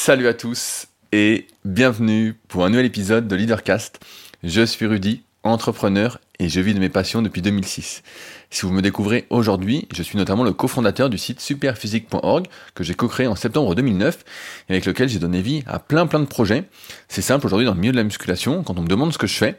Salut à tous et bienvenue pour un nouvel épisode de Leadercast. Je suis Rudy, entrepreneur et je vis de mes passions depuis 2006. Si vous me découvrez aujourd'hui, je suis notamment le cofondateur du site superphysique.org que j'ai co-créé en septembre 2009 et avec lequel j'ai donné vie à plein de projets. C'est simple, aujourd'hui dans le milieu de la musculation, quand on me demande ce que je fais,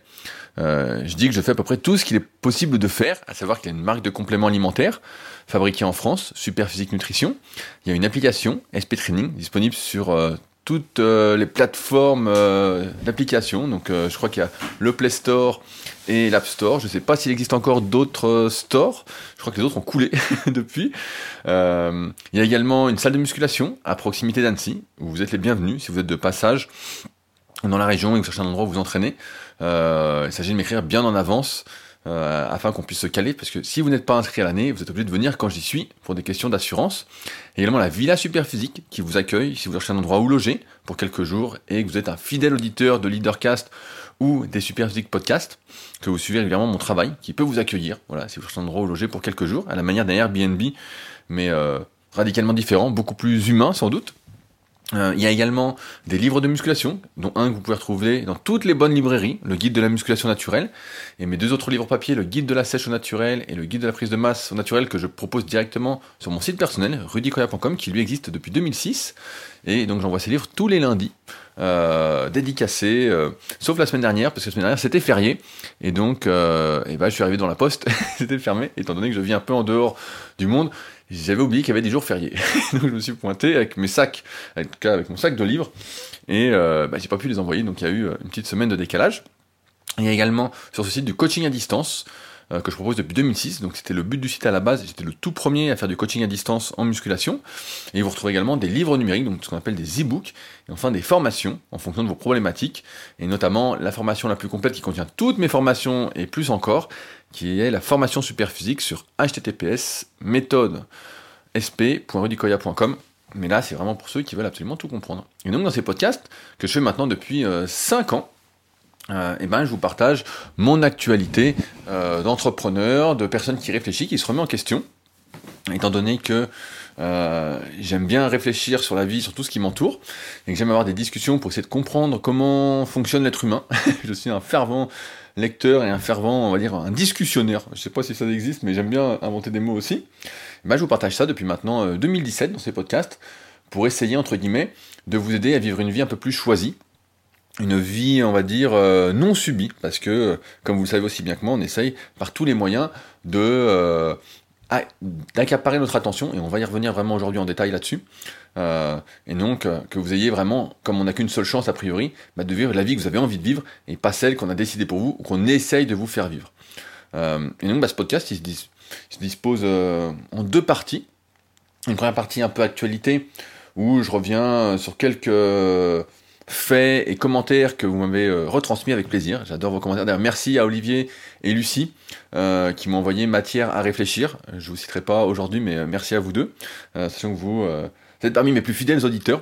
je dis que je fais à peu près tout ce qu'il est possible de faire, à savoir qu'il y a une marque de compléments alimentaires fabriquée en France, Superphysique Nutrition. Il y a une application, SP Training, disponible sur toutes les plateformes d'application. Donc je crois qu'il y a le Play Store et l'App Store. Je ne sais pas s'il existe encore d'autres stores. Je crois que les autres ont coulé depuis. Il y a également une salle de musculation à proximité d'Annecy, où vous êtes les bienvenus si vous êtes de passage dans la région et que vous cherchez un endroit où vous entraîner. Il s'agit de m'écrire bien en avance afin qu'on puisse se caler, parce que si vous n'êtes pas inscrit à l'année, vous êtes obligé de venir quand j'y suis pour des questions d'assurance. Et également la Villa Superphysique qui vous accueille si vous cherchez un endroit où loger pour quelques jours et que vous êtes un fidèle auditeur de Leadercast ou des Superphysique Podcasts, que vous suivez régulièrement mon travail, qui peut vous accueillir, voilà, si vous cherchez un endroit où loger pour quelques jours, à la manière d'un Airbnb, mais radicalement différent, beaucoup plus humain sans doute. Il y a également des livres de musculation, dont un que vous pouvez retrouver dans toutes les bonnes librairies, le guide de la musculation naturelle, et mes deux autres livres papier, le guide de la sèche au naturel et le guide de la prise de masse au naturel, que je propose directement sur mon site personnel, rudykoya.com, qui lui existe depuis 2006, et donc j'envoie ces livres tous les lundis, dédicacés, sauf la semaine dernière, parce que la semaine dernière c'était férié, et donc je suis arrivé dans la poste, c'était fermé, étant donné que je vis un peu en dehors du monde. J'avais oublié qu'il y avait des jours fériés. Donc je me suis pointé avec mes sacs, avec mon sac de livres, et j'ai pas pu les envoyer, donc il y a eu une petite semaine de décalage. Il y a également sur ce site du coaching à distance, que je propose depuis 2006, donc c'était le but du site à la base, j'étais le tout premier à faire du coaching à distance en musculation, et vous retrouvez également des livres numériques, donc ce qu'on appelle des e-books, et enfin des formations en fonction de vos problématiques, et notamment la formation la plus complète qui contient toutes mes formations et plus encore, qui est la formation Superphysique sur https://méthode.sp.rudykoya.com. Mais là, c'est vraiment pour ceux qui veulent absolument tout comprendre. Et donc, dans ces podcasts, que je fais maintenant depuis 5 ans, je vous partage mon actualité d'entrepreneur, de personne qui réfléchit, qui se remet en question, étant donné que j'aime bien réfléchir sur la vie, sur tout ce qui m'entoure, et que j'aime avoir des discussions pour essayer de comprendre comment fonctionne l'être humain. Je suis un fervent lecteur et un fervent, on va dire, un discussionnaire. Je sais pas si ça existe, mais j'aime bien inventer des mots aussi. Je vous partage ça depuis maintenant 2017 dans ces podcasts, pour essayer, entre guillemets, de vous aider à vivre une vie un peu plus choisie, une vie, on va dire, non subie, parce que, comme vous le savez aussi bien que moi, on essaye par tous les moyens d'accaparer notre attention, et on va y revenir vraiment aujourd'hui en détail là-dessus, et donc que vous ayez vraiment, comme on n'a qu'une seule chance a priori, de vivre la vie que vous avez envie de vivre, et pas celle qu'on a décidée pour vous, ou qu'on essaye de vous faire vivre. Et donc ce podcast, il se dispose en 2 parties. Une première partie un peu actualité, où je reviens sur quelques faits et commentaires que vous m'avez retransmis avec plaisir. J'adore vos commentaires. D'ailleurs, merci à Olivier et Lucie qui m'ont envoyé matière à réfléchir. Je vous citerai pas aujourd'hui, mais merci à vous deux, sachant que vous êtes parmi mes plus fidèles auditeurs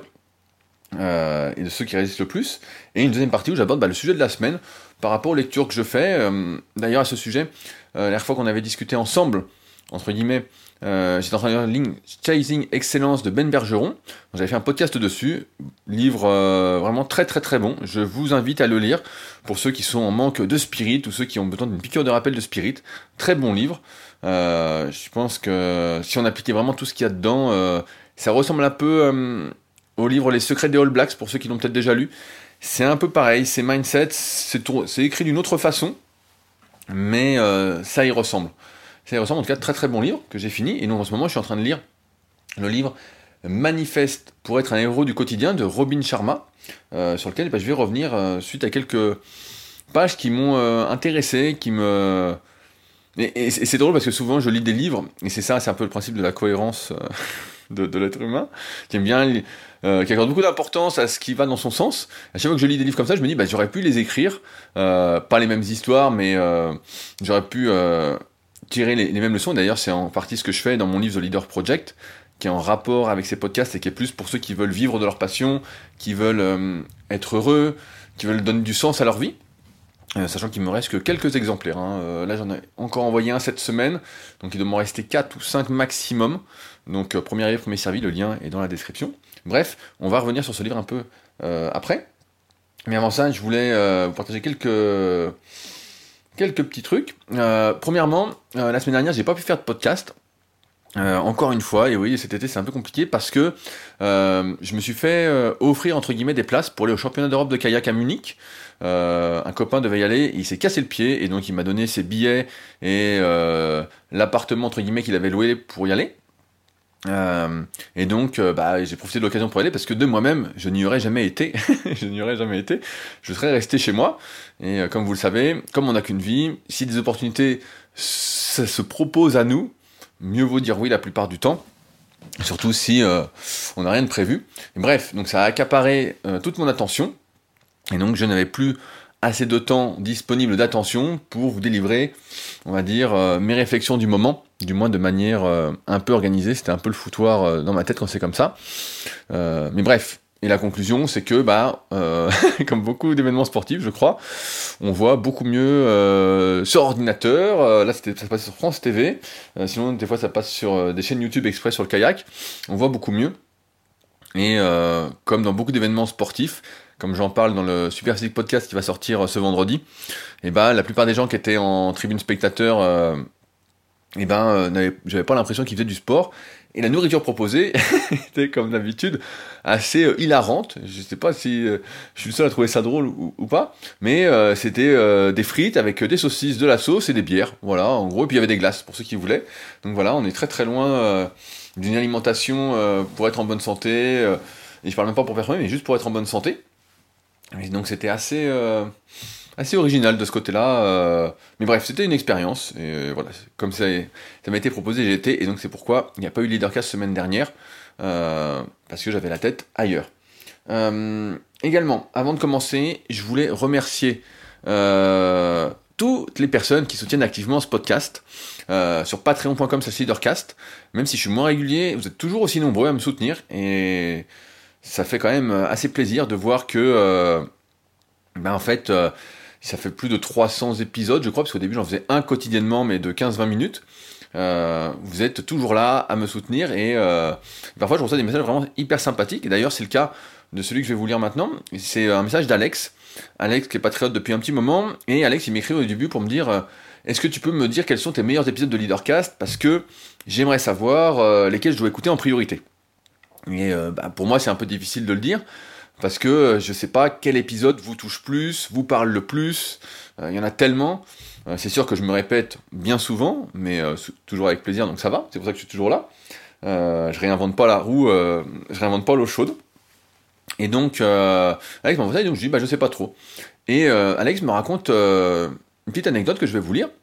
et de ceux qui résistent le plus. Et une deuxième partie où j'aborde le sujet de la semaine par rapport aux lectures que je fais. D'ailleurs, à ce sujet, la dernière fois qu'on avait discuté ensemble, entre guillemets, j'étais en train de lire Ligne Chasing Excellence de Ben Bergeron. J'avais fait un podcast dessus, livre vraiment très bon. Je vous invite à le lire pour ceux qui sont en manque de spirit ou ceux qui ont besoin d'une piqûre de rappel de spirit. Très bon livre. Je pense que si on appliquait vraiment tout ce qu'il y a dedans, ça ressemble un peu au livre Les Secrets des All Blacks, pour ceux qui l'ont peut-être déjà lu. C'est un peu pareil, c'est mindset, c'est écrit d'une autre façon, mais ça y ressemble. Ça y ressemble, en tout cas, très bon livre que j'ai fini, et donc en ce moment je suis en train de lire le livre Manifeste pour être un héros du quotidien de Robin Sharma, sur lequel je vais revenir suite à quelques pages qui m'ont intéressé, Et c'est drôle parce que souvent je lis des livres, et c'est un peu le principe de la cohérence de l'être humain, qui aime bien, qui accorde beaucoup d'importance à ce qui va dans son sens. À chaque fois que je lis des livres comme ça, je me dis, j'aurais pu les écrire, pas les mêmes histoires, mais j'aurais pu tirer les mêmes leçons. D'ailleurs, c'est en partie ce que je fais dans mon livre The Leader Project, qui est en rapport avec ces podcasts et qui est plus pour ceux qui veulent vivre de leur passion, qui veulent être heureux, qui veulent donner du sens à leur vie. Sachant qu'il me reste que quelques exemplaires. Là, j'en ai encore envoyé un cette semaine, donc il doit m'en rester 4 ou 5 maximum. Donc, premier arrivé, premier servi, le lien est dans la description. Bref, on va revenir sur ce livre un peu après. Mais avant ça, je voulais vous partager quelques petits trucs. Premièrement, la semaine dernière, j'ai pas pu faire de podcast. Encore une fois, et oui, cet été c'est un peu compliqué parce que je me suis fait offrir entre guillemets des places pour aller au championnat d'Europe de kayak à Munich. Un copain devait y aller, il s'est cassé le pied et donc il m'a donné ses billets et l'appartement entre guillemets qu'il avait loué pour y aller. Et donc j'ai profité de l'occasion pour y aller parce que de moi-même je n'y aurais jamais été. Je serais resté chez moi et comme vous le savez, comme on n'a qu'une vie, si des opportunités se proposent à nous, mieux vaut dire oui la plupart du temps, surtout si on n'a rien de prévu. Et bref, donc ça a accaparé toute mon attention, et donc je n'avais plus assez de temps disponible d'attention pour vous délivrer, on va dire, mes réflexions du moment, du moins de manière un peu organisée. C'était un peu le foutoir dans ma tête quand c'est comme ça. Mais bref. Et la conclusion, c'est que, comme beaucoup d'événements sportifs, je crois, on voit beaucoup mieux sur ordinateur. Là, ça passe sur France TV. Sinon, des fois, ça passe sur des chaînes YouTube exprès sur le kayak. On voit beaucoup mieux. Et comme dans beaucoup d'événements sportifs, comme j'en parle dans le Super Physique Podcast qui va sortir ce vendredi, et la plupart des gens qui étaient en tribune spectateur, j'avais pas l'impression qu'ils faisaient du sport. Et la nourriture proposée était, comme d'habitude, assez hilarante. Je sais pas si je suis le seul à trouver ça drôle ou pas, mais c'était des frites avec des saucisses, de la sauce et des bières. Voilà, en gros. Et puis il y avait des glaces pour ceux qui voulaient. Donc voilà, on est très très loin d'une alimentation pour être en bonne santé. Et je parle même pas pour performer, mais juste pour être en bonne santé. Et donc c'était assez original de ce côté-là. Mais bref, c'était une expérience. Et voilà, comme ça m'a été proposé, j'ai été. Et donc c'est pourquoi il n'y a pas eu Leadercast semaine dernière. Parce que j'avais la tête ailleurs. Également, avant de commencer, je voulais remercier toutes les personnes qui soutiennent activement ce podcast. Sur patreon.com/leadercast. Même si je suis moins régulier, vous êtes toujours aussi nombreux à me soutenir. Et ça fait quand même assez plaisir de voir que... en fait... ça fait plus de 300 épisodes, je crois, parce qu'au début j'en faisais un quotidiennement, mais de 15-20 minutes. Vous êtes toujours là à me soutenir et parfois je reçois des messages vraiment hyper sympathiques. Et d'ailleurs c'est le cas de celui que je vais vous lire maintenant. C'est un message d'Alex. Alex qui est patriote depuis un petit moment. Et Alex il m'écrit au début pour me dire est-ce que tu peux me dire quels sont tes meilleurs épisodes de Leadercast, parce que j'aimerais savoir lesquels je dois écouter en priorité. Et pour moi c'est un peu difficile de le dire. Parce que je sais pas quel épisode vous touche plus, vous parle le plus, il y en a tellement. C'est sûr que je me répète bien souvent, mais toujours avec plaisir, donc ça va, c'est pour ça que je suis toujours là. Je réinvente pas la roue, je réinvente pas l'eau chaude. Et donc, Alex m'envoie ça, et donc je dis, je sais pas trop. Et Alex me raconte une petite anecdote que je vais vous lire,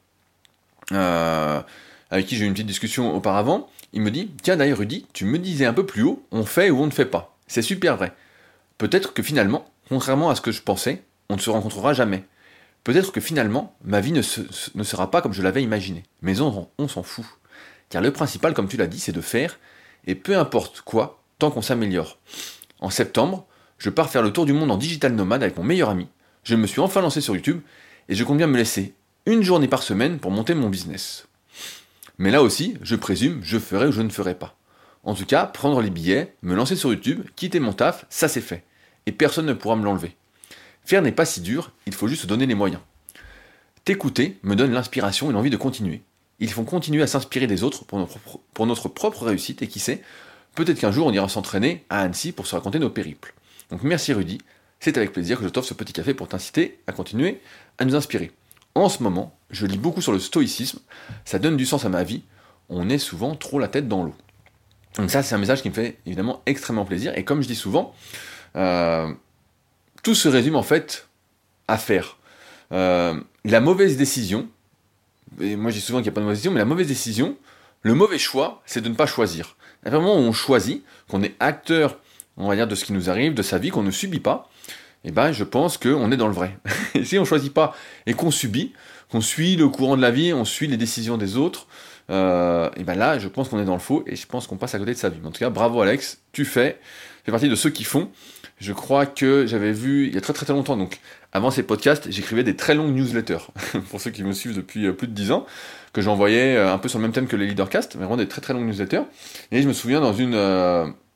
avec qui j'ai eu une petite discussion auparavant. Il me dit, tiens d'ailleurs Rudy, tu me disais un peu plus haut, on fait ou on ne fait pas. C'est super vrai. Peut-être que finalement, contrairement à ce que je pensais, on ne se rencontrera jamais. Peut-être que finalement, ma vie ne sera pas comme je l'avais imaginé. Mais on s'en fout. Car le principal, comme tu l'as dit, c'est de faire, et peu importe quoi, tant qu'on s'améliore. En septembre, je pars faire le tour du monde en digital nomade avec mon meilleur ami. Je me suis enfin lancé sur YouTube, et je compte bien me laisser une journée par semaine pour monter mon business. Mais là aussi, je présume, je ferai ou je ne ferai pas. En tout cas, prendre les billets, me lancer sur YouTube, quitter mon taf, ça c'est fait. Et personne ne pourra me l'enlever. Faire n'est pas si dur, il faut juste se donner les moyens. T'écouter me donne l'inspiration et l'envie de continuer. Ils font continuer à s'inspirer des autres pour notre propre réussite, et qui sait, peut-être qu'un jour on ira s'entraîner à Annecy pour se raconter nos périples. Donc merci Rudy, c'est avec plaisir que je t'offre ce petit café pour t'inciter à continuer à nous inspirer. En ce moment, je lis beaucoup sur le stoïcisme, ça donne du sens à ma vie, on est souvent trop la tête dans l'eau. Donc ça c'est un message qui me fait évidemment extrêmement plaisir, et comme je dis souvent, tout se résume en fait à faire. La mauvaise décision, et moi je dis souvent qu'il n'y a pas de mauvaise décision, mais la mauvaise décision, le mauvais choix, c'est de ne pas choisir. À partir du moment où on choisit, qu'on est acteur, on va dire, de ce qui nous arrive, de sa vie, qu'on ne subit pas, je pense qu'on est dans le vrai. Et si on ne choisit pas et qu'on subit, qu'on suit le courant de la vie, on suit les décisions des autres, là, je pense qu'on est dans le faux, et je pense qu'on passe à côté de sa vie. En tout cas, bravo Alex, tu fais partie de ceux qui font. Je crois que j'avais vu, il y a très très très longtemps, donc avant ces podcasts, j'écrivais des très longues newsletters, pour ceux qui me suivent depuis plus de 10 ans, que j'envoyais un peu sur le même thème que les Leadercast, mais vraiment des très très longues newsletters. Et je me souviens dans une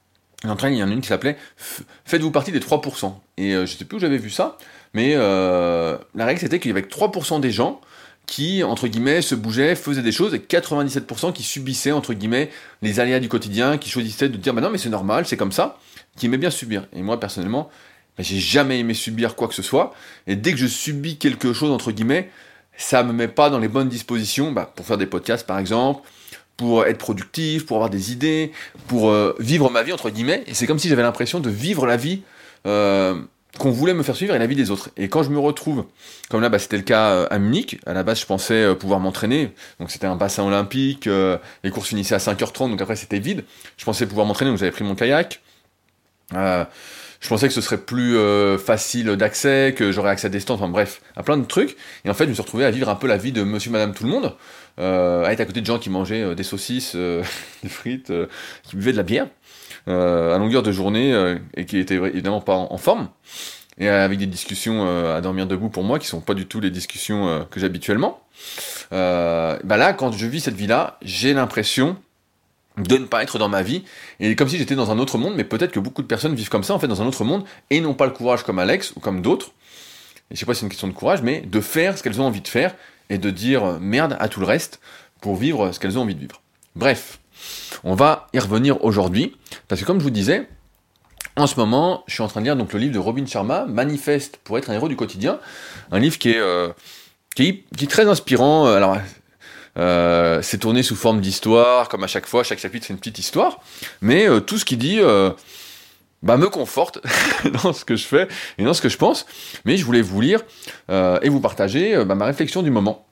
il y en a une qui s'appelait Faites-vous partie des 3%. Et je sais plus où j'avais vu ça, mais la règle c'était qu'il y avait 3% des gens qui, entre guillemets, se bougeaient, faisaient des choses, et 97% qui subissaient, entre guillemets, les aléas du quotidien, qui choisissaient de dire, bah non, mais c'est normal, c'est comme ça, qui aimaient bien subir. Et moi, personnellement, bah, j'ai jamais aimé subir quoi que ce soit, et dès que je subis quelque chose, entre guillemets, ça me met pas dans les bonnes dispositions, bah, pour faire des podcasts, par exemple, pour être productif, pour avoir des idées, pour vivre ma vie, entre guillemets, et c'est comme si j'avais l'impression de vivre la vie qu'on voulait me faire suivre et la vie des autres. Et quand je me retrouve, comme là, bah, c'était le cas à Munich, à la base je pensais pouvoir m'entraîner, donc c'était un bassin olympique, les courses finissaient à 5h30, donc après c'était vide, je pensais pouvoir m'entraîner, donc j'avais pris mon kayak, je pensais que ce serait plus facile d'accès, que j'aurais accès à des stands, enfin bref, à plein de trucs, et en fait je me suis retrouvé à vivre un peu la vie de monsieur, madame, tout le monde, à être à côté de gens qui mangeaient des saucisses, des frites, qui buvaient de la bière, à longueur de journée, et qui étaient évidemment pas en forme, et avec des discussions à dormir debout pour moi, qui sont pas du tout les discussions que j'ai habituellement. Bah là, quand je vis cette vie-là, j'ai l'impression de ne pas être dans ma vie, et comme si j'étais dans un autre monde, mais peut-être que beaucoup de personnes vivent comme ça, en fait, dans un autre monde, et n'ont pas le courage comme Alex, ou comme d'autres, et je sais pas si c'est une question de courage, mais de faire ce qu'elles ont envie de faire, et de dire merde à tout le reste, pour vivre ce qu'elles ont envie de vivre. Bref, on va y revenir aujourd'hui, parce que comme je vous disais, en ce moment, je suis en train de lire donc le livre de Robin Sharma, Manifeste pour être un héros du quotidien, un livre qui est très inspirant. Alors, c'est tourné sous forme d'histoire, comme à chaque fois, chaque chapitre c'est une petite histoire, mais tout ce qu'il dit me conforte dans ce que je fais et dans ce que je pense. Mais je voulais vous lire et vous partager ma réflexion du moment.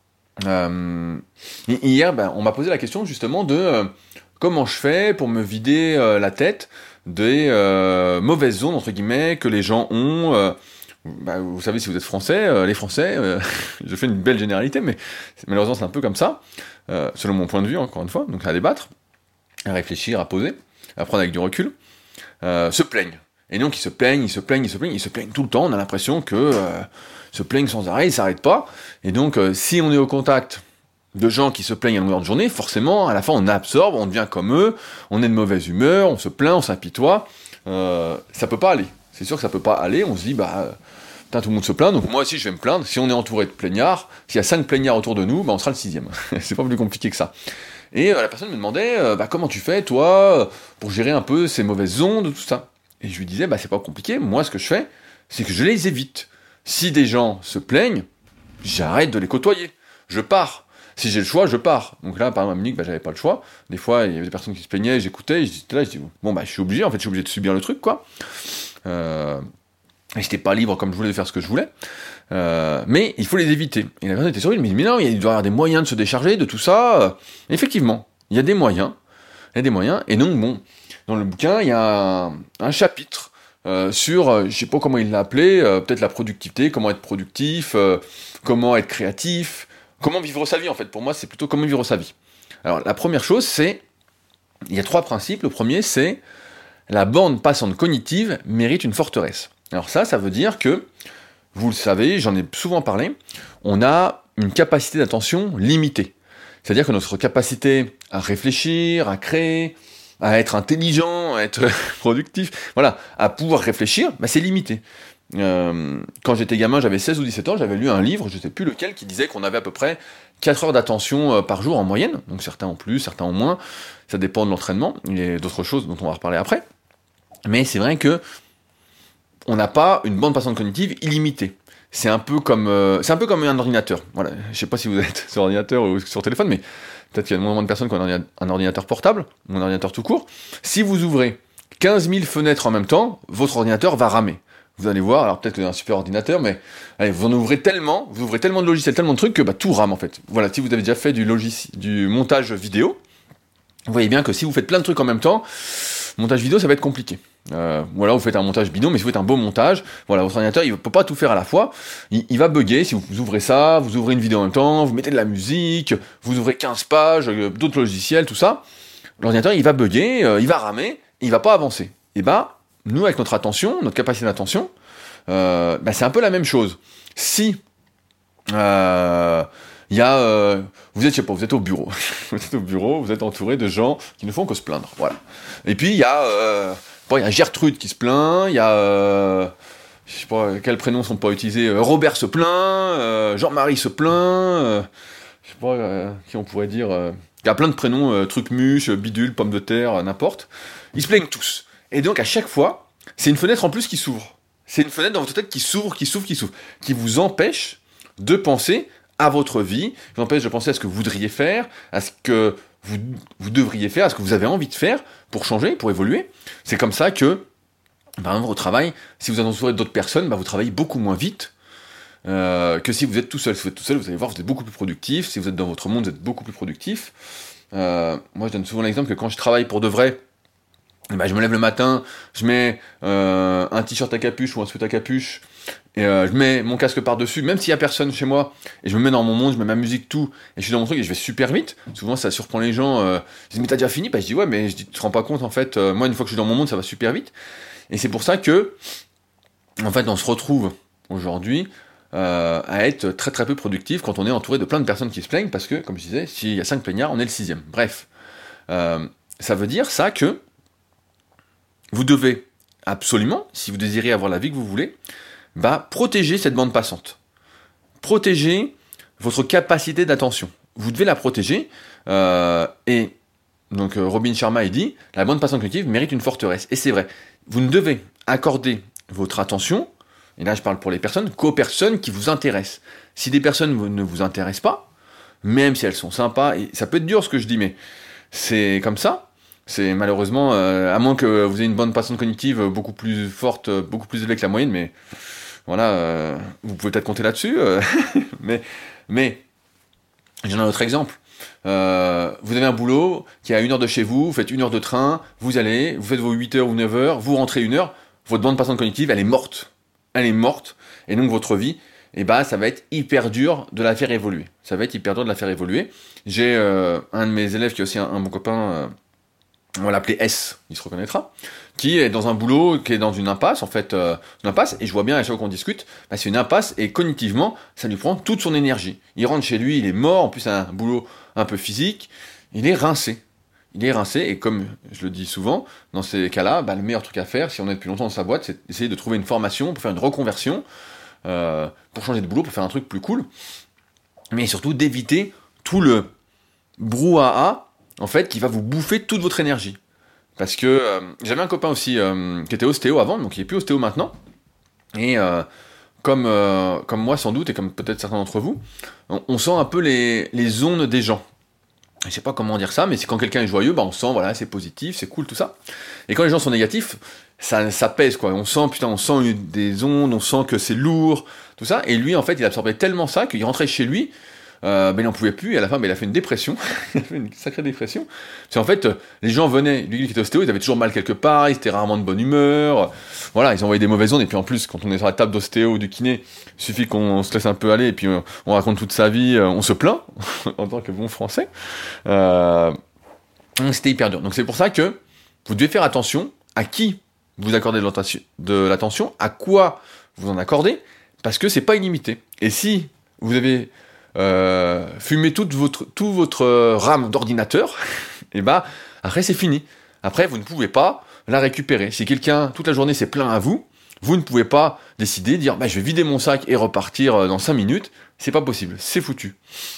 Hier, on m'a posé la question justement de comment je fais pour me vider la tête des mauvaises ondes, entre guillemets, que les gens ont. Vous savez, si vous êtes français, les Français, je fais une belle généralité, mais malheureusement c'est un peu comme ça, selon mon point de vue, encore une fois, donc à débattre, à réfléchir, à poser, à prendre avec du recul, se plaignent. Et donc ils se plaignent tout le temps, on a l'impression que se plaignent sans arrêt, ils s'arrêtent pas, et donc si on est au contact de gens qui se plaignent à longueur de journée, forcément, à la fin on absorbe, on devient comme eux, on est de mauvaise humeur, on se plaint, on s'apitoie, ça peut pas aller. C'est sûr que ça peut pas aller, on se dit, putain, tout le monde se plaint, donc moi aussi je vais me plaindre. Si on est entouré de plaignards, s'il y a 5 plaignards autour de nous, on sera le 6e. C'est pas plus compliqué que ça. Et la personne me demandait, comment tu fais, toi, pour gérer un peu ces mauvaises ondes, tout ça. Et je lui disais, c'est pas compliqué, moi ce que je fais, c'est que je les évite. Si des gens se plaignent, j'arrête de les côtoyer. Je pars. Si j'ai le choix, je pars. Donc là, par exemple, à Munich, j'avais pas le choix. Des fois, il y avait des personnes qui se plaignaient, j'écoutais, et j'étais là, je dis, je suis obligé, en fait, je suis obligé de subir le truc, quoi. Et j'étais pas libre comme je voulais de faire ce que je voulais, mais il faut les éviter. Et la personne était sur lui, mais non, il doit y avoir des moyens de se décharger de tout ça. Effectivement, il y a des moyens, et donc dans le bouquin, il y a un chapitre sur, je sais pas comment il l'a appelé, peut-être la productivité, comment être productif, comment être créatif, comment vivre sa vie en fait. Pour moi, c'est plutôt comment vivre sa vie. Alors la première chose, il y a 3 principes. Le premier, c'est la bande passante cognitive mérite une forteresse. Alors ça veut dire que, vous le savez, j'en ai souvent parlé, on a une capacité d'attention limitée. C'est-à-dire que notre capacité à réfléchir, à créer, à être intelligent, à être productif, voilà, à pouvoir réfléchir, c'est limité. Quand j'étais gamin, j'avais 16 ou 17 ans, j'avais lu un livre, je ne sais plus lequel, qui disait qu'on avait à peu près 4 heures d'attention par jour en moyenne, donc certains en plus, certains en moins, ça dépend de l'entraînement, il y a d'autres choses dont on va reparler après. Mais c'est vrai que on n'a pas une bande passante cognitive illimitée. C'est un peu comme un ordinateur. Voilà, je sais pas si vous êtes sur ordinateur ou sur téléphone, mais peut-être qu'il y a moins de personnes qui ont un ordinateur portable ou un ordinateur tout court. Si vous ouvrez 15 000 fenêtres en même temps, votre ordinateur va ramer. Vous allez voir, alors peut-être que vous avez un super ordinateur, mais allez, vous ouvrez tellement de logiciels, tellement de trucs que tout rame en fait. Voilà, si vous avez déjà fait du montage vidéo, vous voyez bien que si vous faites plein de trucs en même temps, montage vidéo ça va être compliqué. Ou alors vous faites un montage bidon, mais si vous faites un beau montage, voilà, votre ordinateur il peut pas tout faire à la fois, il va bugger si vous ouvrez ça, vous ouvrez une vidéo en même temps, vous mettez de la musique, vous ouvrez 15 pages, d'autres logiciels, tout ça, l'ordinateur il va bugger, il va ramer, il va pas avancer. Et nous avec notre attention, notre capacité d'attention, c'est un peu la même chose. Si il Il y a, vous êtes, je sais pas, vous êtes au bureau. Vous êtes au bureau, vous êtes entouré de gens qui ne font que se plaindre, voilà. Et puis, il y a, bon, il y a Gertrude qui se plaint, il y a, je sais pas, quels prénoms sont pas utilisés, Robert se plaint, Jean-Marie se plaint, je sais pas, qui on pourrait dire, il y a plein de prénoms, truc muche, bidule, pomme de terre, n'importe. Ils se plaignent tous. Et donc, à chaque fois, c'est une fenêtre en plus qui s'ouvre. C'est une fenêtre dans votre tête qui s'ouvre, qui vous empêche de penser à votre vie, qui vous empêche de penser à ce que vous voudriez faire, à ce que vous devriez faire, à ce que vous avez envie de faire pour changer, pour évoluer. C'est comme ça que, par exemple, au travail, si vous êtes entouré d'autres personnes, vous travaillez beaucoup moins vite que si vous êtes tout seul. Si vous êtes tout seul, vous allez voir, vous êtes beaucoup plus productif. Si vous êtes dans votre monde, vous êtes beaucoup plus productif. Moi, je donne souvent l'exemple que quand je travaille pour de vrai, je me lève le matin, je mets un t-shirt à capuche ou un sweat à capuche, et je mets mon casque par-dessus, même s'il y a personne chez moi, et je me mets dans mon monde, je mets ma musique, tout, et je suis dans mon truc, et je vais super vite. Souvent, ça surprend les gens, ils disent, mais t'as déjà fini? Je dis, ouais, mais tu te rends pas compte, en fait, moi, une fois que je suis dans mon monde, ça va super vite. Et c'est pour ça que, en fait, on se retrouve aujourd'hui à être très très peu productif quand on est entouré de plein de personnes qui se plaignent, parce que, comme je disais, s'il y a 5 plaignards, on est le 6e. Bref. Ça veut dire ça que vous devez absolument, si vous désirez avoir la vie que vous voulez, protéger cette bande passante. Protéger votre capacité d'attention. Vous devez la protéger. Et donc Robin Sharma, il dit, la bande passante cognitive mérite une forteresse. Et c'est vrai. Vous ne devez accorder votre attention, et là je parle pour les personnes, qu'aux personnes qui vous intéressayent. Si des personnes ne vous intéressent pas, même si elles sont sympas, et ça peut être dur ce que je dis, mais c'est comme ça. C'est malheureusement, à moins que vous ayez une bande passante cognitive beaucoup plus forte, beaucoup plus élevée que la moyenne, mais voilà, vous pouvez peut-être compter là-dessus. Mais j'en ai un autre exemple. Vous avez un boulot qui est à 1 heure de chez vous, vous faites 1 heure de train, vous allez, vous faites vos 8 heures ou 9 heures, vous rentrez 1 heure, votre bande passante cognitive, elle est morte. Elle est morte, et donc votre vie, ça va être hyper dur de la faire évoluer. J'ai un de mes élèves qui est aussi un bon copain, on va l'appeler S, il se reconnaîtra, qui est dans un boulot, qui est dans une impasse, en fait, une impasse, et je vois bien à chaque fois qu'on discute, c'est une impasse, et cognitivement, ça lui prend toute son énergie. Il rentre chez lui, il est mort, en plus c'est un boulot un peu physique, il est rincé, et comme je le dis souvent, dans ces cas-là, le meilleur truc à faire, si on est depuis longtemps dans sa boîte, c'est d'essayer de trouver une formation, pour faire une reconversion, pour changer de boulot, pour faire un truc plus cool, mais surtout d'éviter tout le brouhaha, en fait, qui va vous bouffer toute votre énergie. Parce que j'avais un copain aussi qui était ostéo avant, donc il est plus ostéo maintenant. Et comme moi sans doute, et comme peut-être certains d'entre vous, on sent un peu les ondes des gens. Je sais pas comment dire ça, mais c'est quand quelqu'un est joyeux, on sent, voilà, c'est positif, c'est cool, tout ça. Et quand les gens sont négatifs, ça pèse, quoi. On sent des ondes, on sent que c'est lourd, tout ça. Et lui, en fait, il absorbait tellement ça qu'il rentrait chez lui, il n'en pouvait plus, et à la fin, il a fait une dépression. Il a fait une sacrée dépression. Parce qu'en fait, les gens venaient, lui qui était ostéo, ils avaient toujours mal quelque part, ils étaient rarement de bonne humeur. Voilà, ils envoyaient des mauvaises ondes, et puis en plus, quand on est sur la table d'ostéo ou du kiné, il suffit qu'on se laisse un peu aller, et puis on raconte toute sa vie, on se plaint, en tant que bon français. C'était hyper dur. Donc c'est pour ça que vous devez faire attention à qui vous accordez de l'attention, à quoi vous en accordez, parce que c'est pas illimité. Et si vous avez fumé tout votre RAM d'ordinateur, et après c'est fini. Après vous ne pouvez pas la récupérer. Si quelqu'un toute la journée s'est plaint à vous, vous ne pouvez pas décider, dire je vais vider mon sac et repartir dans 5 minutes. C'est pas possible, c'est foutu.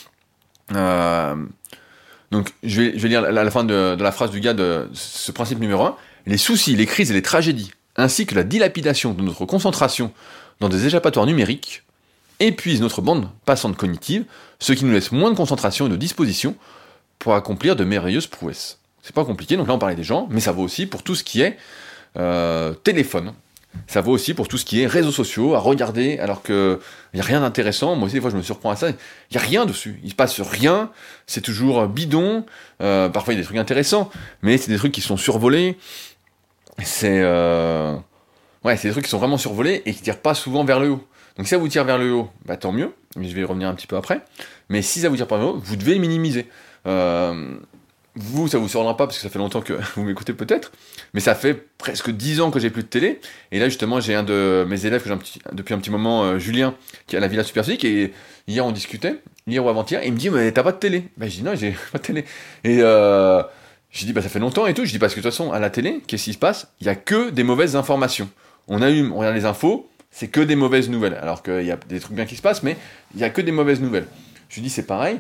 Donc je vais lire la fin de la phrase du gars de ce principe numéro 1. Les soucis, les crises et les tragédies, ainsi que la dilapidation de notre concentration dans des échappatoires numériques, épuisent notre bande passante cognitive, ce qui nous laisse moins de concentration et de disposition pour accomplir de merveilleuses prouesses. C'est pas compliqué, donc là on parlait des gens, mais ça vaut aussi pour tout ce qui est téléphone. Ça vaut aussi pour tout ce qui est réseaux sociaux, à regarder, alors qu'il n'y a rien d'intéressant. Moi aussi, des fois, je me surprends à ça. Il n'y a rien dessus. Il ne se passe rien. C'est toujours bidon. Parfois, il y a des trucs intéressants, mais c'est des trucs qui sont survolés. C'est des trucs qui sont vraiment survolés et qui ne tirent pas souvent vers le haut. Donc, si ça vous tire vers le haut, tant mieux. Mais je vais y revenir un petit peu après. Mais si ça vous tire pas vers le haut, vous devez le minimiser. Vous, ça vous surprendra pas parce que ça fait longtemps que vous m'écoutez peut-être, mais ça fait presque 10 ans que j'ai plus de télé, et là justement j'ai un de mes élèves que j'ai depuis un petit moment, Julien, qui a la Villa Superphysique, et hier on discutait, hier ou avant-hier, et il me dit, mais t'as pas de télé? Je dis, non, j'ai pas de télé. Et j'ai dit, ça fait longtemps et tout. Je dis, parce que de toute façon, à la télé, qu'est-ce qui se passe? Il y a que des mauvaises informations. On regarde les infos, c'est que des mauvaises nouvelles. Alors qu'il y a des trucs bien qui se passent, mais il y a que des mauvaises nouvelles. Je lui dis, c'est pareil.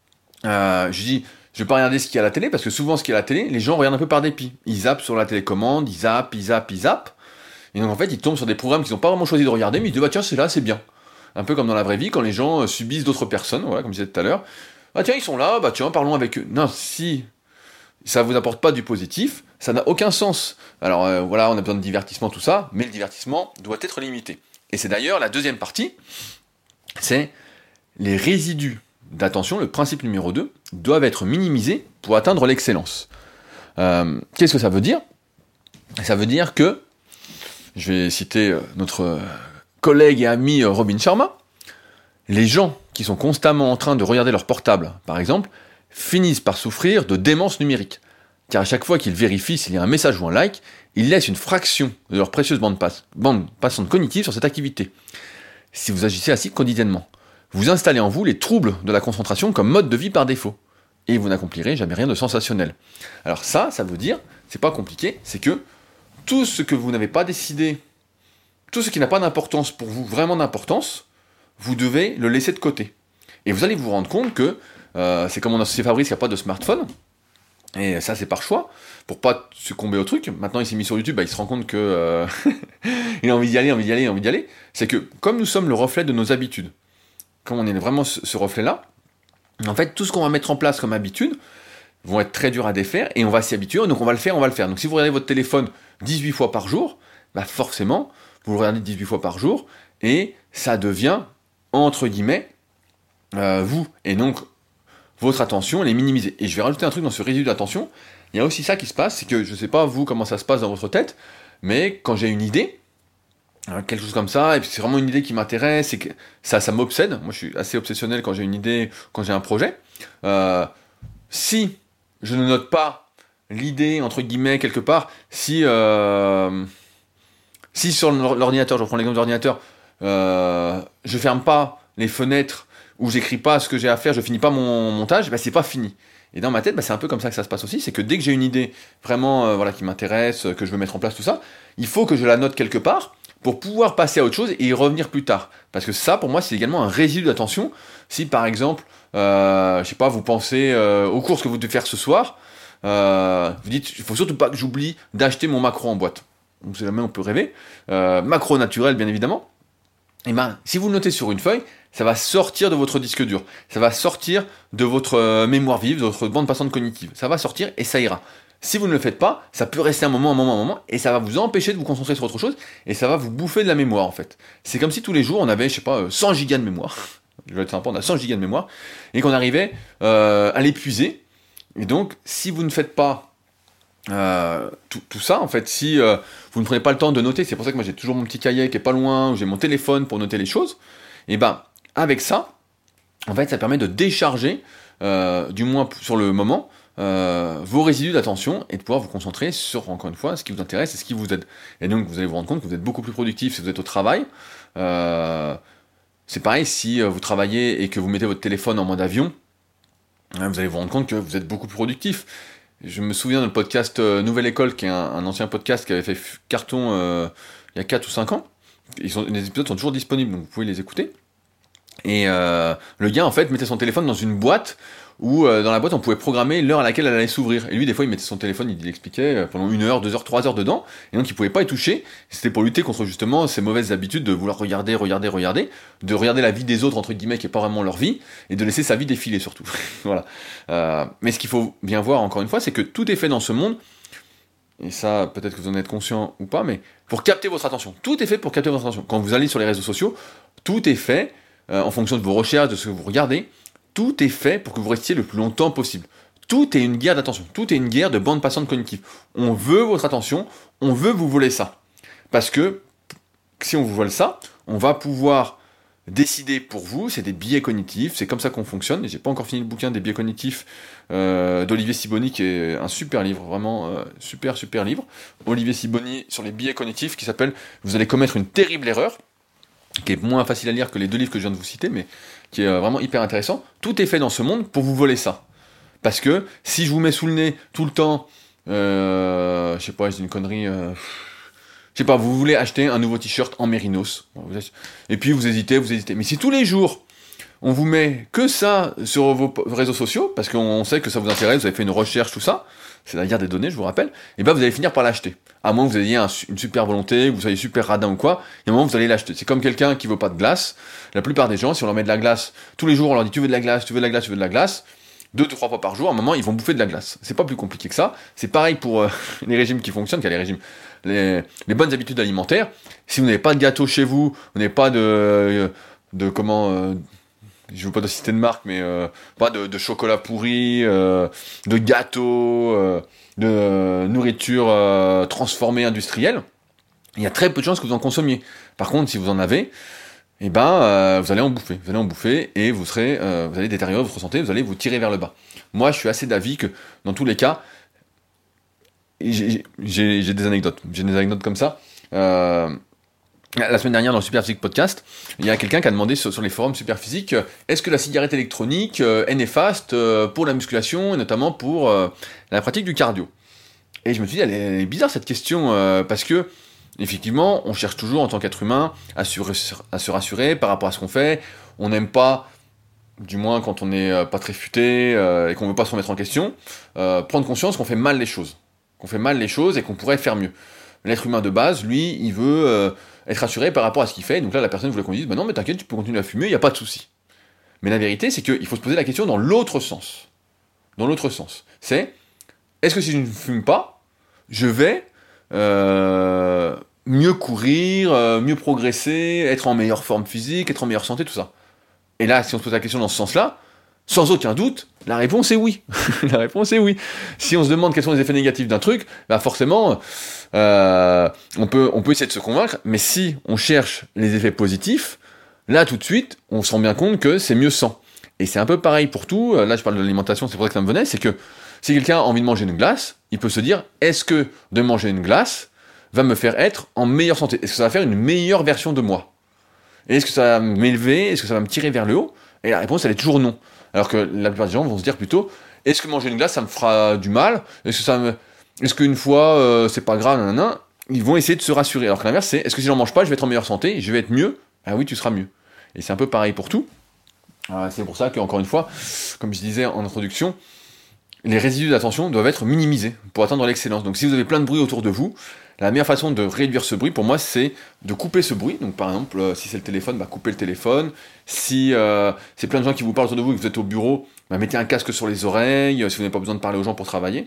Je lui dis, je vais pas regarder ce qu'il y a à la télé, parce que souvent, ce qu'il y a à la télé, les gens regardent un peu par dépit. Ils zappent sur la télécommande, ils zappent. Et donc, en fait, ils tombent sur des programmes qu'ils n'ont pas vraiment choisi de regarder, mais ils disent, bah tiens, c'est là, c'est bien. Un peu comme dans la vraie vie, quand les gens subissent d'autres personnes, voilà, comme je disais tout à l'heure. Ah tiens, ils sont là, bah tiens, parlons avec eux. Non, si ça vous apporte pas du positif, ça n'a aucun sens. Alors voilà, on a besoin de divertissement, tout ça, mais le divertissement doit être limité. Et c'est d'ailleurs la deuxième partie, c'est les résidus d'attention, le principe numéro 2, doivent être minimisés pour atteindre l'excellence. Qu'est-ce que ça veut dire? Ça veut dire que, je vais citer notre collègue et ami Robin Sharma, les gens qui sont constamment en train de regarder leur portable, par exemple, finissent par souffrir de démence numérique. Car à chaque fois qu'ils vérifient s'il y a un message ou un like, ils laissent une fraction de leur précieuse bande passante cognitive sur cette activité. Si vous agissez ainsi quotidiennement, vous installez en vous les troubles de la concentration comme mode de vie par défaut. Et vous n'accomplirez jamais rien de sensationnel. Alors ça veut dire, c'est pas compliqué, c'est que tout ce que vous n'avez pas décidé, tout ce qui n'a pas d'importance pour vous, vraiment d'importance, vous devez le laisser de côté. Et vous allez vous rendre compte que c'est comme mon associé Fabrice qui n'a pas de smartphone, et ça c'est par choix, pour pas succomber au truc. Maintenant il s'est mis sur YouTube, il se rend compte que il a envie d'y aller. C'est que comme nous sommes le reflet de nos habitudes, comme on est vraiment ce reflet-là, en fait tout ce qu'on va mettre en place comme habitude vont être très durs à défaire, et on va s'y habituer, donc on va le faire. Donc si vous regardez votre téléphone 18 fois par jour, forcément, vous le regardez 18 fois par jour, et ça devient, entre guillemets, vous. Et donc, votre attention, elle est minimisée. Et je vais rajouter un truc dans ce résidu d'attention. Il y a aussi ça qui se passe, c'est que je ne sais pas vous comment ça se passe dans votre tête, mais quand j'ai une idée, quelque chose comme ça, et puis c'est vraiment une idée qui m'intéresse, et que ça m'obsède. Moi, je suis assez obsessionnel quand j'ai une idée, quand j'ai un projet. Si je ne note pas l'idée, entre guillemets, quelque part, si sur l'ordinateur, je reprends l'exemple de l'ordinateur, je ferme pas les fenêtres, ou j'écris pas ce que j'ai à faire, je finis pas mon montage, c'est pas fini. Et dans ma tête, c'est un peu comme ça que ça se passe aussi, c'est que dès que j'ai une idée vraiment qui m'intéresse, que je veux mettre en place, tout ça, il faut que je la note quelque part pour pouvoir passer à autre chose et y revenir plus tard. Parce que ça, pour moi, c'est également un résidu d'attention. Si par exemple, je sais pas, vous pensez aux courses que vous devez faire ce soir, vous dites, il faut surtout pas que j'oublie d'acheter mon maquereau en boîte. Donc c'est la même, on peut rêver. Maquereau naturel, bien évidemment. Et si vous le notez sur une feuille, ça va sortir de votre disque dur, ça va sortir de votre mémoire vive, de votre bande passante cognitive. Ça va sortir et ça ira. Si vous ne le faites pas, ça peut rester un moment, et ça va vous empêcher de vous concentrer sur autre chose, et ça va vous bouffer de la mémoire en fait. C'est comme si tous les jours on avait, 100 gigas de mémoire. Je vais être sympa, on a 100 gigas de mémoire, et qu'on arrivait à l'épuiser. Et donc, si vous ne faites pas tout ça, en fait, si vous ne prenez pas le temps de noter, c'est pour ça que moi j'ai toujours mon petit cahier qui est pas loin, où j'ai mon téléphone pour noter les choses, et avec ça, en fait, ça permet de décharger, du moins sur le moment, vos résidus d'attention et de pouvoir vous concentrer sur, encore une fois, ce qui vous intéresse et ce qui vous aide. Et donc, vous allez vous rendre compte que vous êtes beaucoup plus productif si vous êtes au travail. C'est pareil, si vous travaillez et que vous mettez votre téléphone en mode avion, vous allez vous rendre compte que vous êtes beaucoup plus productif. Je me souviens de le podcast Nouvelle École, qui est un ancien podcast qui avait fait carton il y a 4 ou 5 ans. Les épisodes sont toujours disponibles, donc vous pouvez les écouter. Et le gars, en fait, mettait son téléphone dans une boîte où, dans la boîte, on pouvait programmer l'heure à laquelle elle allait s'ouvrir. Et lui, des fois, il mettait son téléphone, il expliquait, pendant 1 heure, 2 heures, 3 heures dedans, et donc il pouvait pas y toucher. C'était pour lutter contre, justement, ces mauvaises habitudes de vouloir regarder, de regarder la vie des autres, entre guillemets, qui est pas vraiment leur vie, et de laisser sa vie défiler, surtout. Voilà. Mais ce qu'il faut bien voir, encore une fois, c'est que tout est fait dans ce monde, et ça, peut-être que vous en êtes conscient ou pas, mais pour capter votre attention. Tout est fait pour capter votre attention. Quand vous allez sur les réseaux sociaux, tout est fait en fonction de vos recherches, de ce que vous regardez. Tout est fait pour que vous restiez le plus longtemps possible. Tout est une guerre d'attention. Tout est une guerre de bande passante cognitive. On veut votre attention, on veut vous voler ça. Parce que si on vous vole ça, on va pouvoir décider pour vous, c'est des biais cognitifs, c'est comme ça qu'on fonctionne. Et j'ai pas encore fini le bouquin des biais cognitifs d'Olivier Sibony, qui est un super livre, vraiment super livre. Olivier Sibony sur les biais cognitifs, qui s'appelle « Vous allez commettre une terrible erreur ». qui est moins facile à lire que les 2 livres que je viens de vous citer, mais qui est vraiment hyper intéressant. Tout est fait dans ce monde pour vous voler ça. Parce que si je vous mets sous le nez tout le temps, je sais pas, je dis une connerie, je sais pas, vous voulez acheter un nouveau t-shirt en mérinos, et puis vous hésitez. Mais si tous les jours, on vous met que ça sur vos réseaux sociaux, parce qu'on sait que ça vous intéresse, vous avez fait une recherche, tout ça, c'est la guerre des données, je vous rappelle, et ben vous allez finir par l'acheter. À moins que vous ayez une super volonté, que vous soyez super radin ou quoi, il y a un moment vous allez l'acheter. C'est comme quelqu'un qui veut pas de glace. La plupart des gens, si on leur met de la glace, tous les jours on leur dit tu veux de la glace, tu veux de la glace, tu veux de la glace, 2-3 fois par jour, à un moment ils vont bouffer de la glace. C'est pas plus compliqué que ça. C'est pareil pour les régimes qui fonctionnent, les régimes, les bonnes habitudes alimentaires. Si vous n'avez pas de gâteau chez vous, vous n'avez pas je veux pas de citer de marque, mais pas de chocolat pourri, de gâteaux, de nourriture transformée industrielle, il y a très peu de chances que vous en consommiez. Par contre, si vous en avez, eh ben, vous allez en bouffer. Vous allez en bouffer et vous allez détériorer votre santé, vous allez vous tirer vers le bas. Moi, je suis assez d'avis que, dans tous les cas, j'ai des anecdotes. J'ai des anecdotes comme ça. La semaine dernière, dans le Superphysique Podcast, il y a quelqu'un qui a demandé sur les forums Superphysique, est-ce que la cigarette électronique est néfaste pour la musculation et notamment pour la pratique du cardio? Et je me suis dit, elle est bizarre cette question, parce que, effectivement, on cherche toujours en tant qu'être humain à se rassurer par rapport à ce qu'on fait. On n'aime pas, du moins quand on n'est pas très futé et qu'on ne veut pas se remettre en question, prendre conscience qu'on fait mal les choses. Et qu'on pourrait faire mieux. L'être humain de base, lui, il veut être rassuré par rapport à ce qu'il fait. Donc là, la personne voulait qu'on lui dise, bah non, mais t'inquiète, tu peux continuer à fumer, il n'y a pas de souci. Mais la vérité, c'est qu'il faut se poser la question dans l'autre sens. Dans l'autre sens. C'est, est-ce que si je ne fume pas, je vais mieux courir, mieux progresser, être en meilleure forme physique, être en meilleure santé, tout ça. Et là, si on se pose la question dans ce sens-là, sans aucun doute, la réponse est oui. La réponse est oui. Si on se demande quels sont les effets négatifs d'un truc, bah forcément, on peut essayer de se convaincre, mais si on cherche les effets positifs, là tout de suite, on se rend bien compte que c'est mieux sans. Et c'est un peu pareil pour tout, là je parle de l'alimentation, c'est pour ça que ça me venait, c'est que si quelqu'un a envie de manger une glace, il peut se dire, est-ce que de manger une glace va me faire être en meilleure santé? Est-ce que ça va faire une meilleure version de moi? Et est-ce que ça va m'élever? Est-ce que ça va me tirer vers le haut? Et la réponse, elle est toujours non. Alors que la plupart des gens vont se dire plutôt, est-ce que manger une glace, ça me fera du mal? Est-ce qu'une fois, c'est pas grave, nanana? Ils vont essayer de se rassurer. Alors que l'inverse, c'est, est-ce que si j'en mange pas, je vais être en meilleure santé, je vais être mieux? Ah oui, tu seras mieux. Et c'est un peu pareil pour tout. C'est pour ça qu'encore une fois, comme je disais en introduction, les résidus d'attention doivent être minimisés pour atteindre l'excellence. Donc si vous avez plein de bruit autour de vous, la meilleure façon de réduire ce bruit, pour moi, c'est de couper ce bruit. Donc par exemple, si c'est le téléphone, bah, coupez le téléphone. Si c'est plein de gens qui vous parlent autour de vous et que vous êtes au bureau, bah, mettez un casque sur les oreilles, si vous n'avez pas besoin de parler aux gens pour travailler.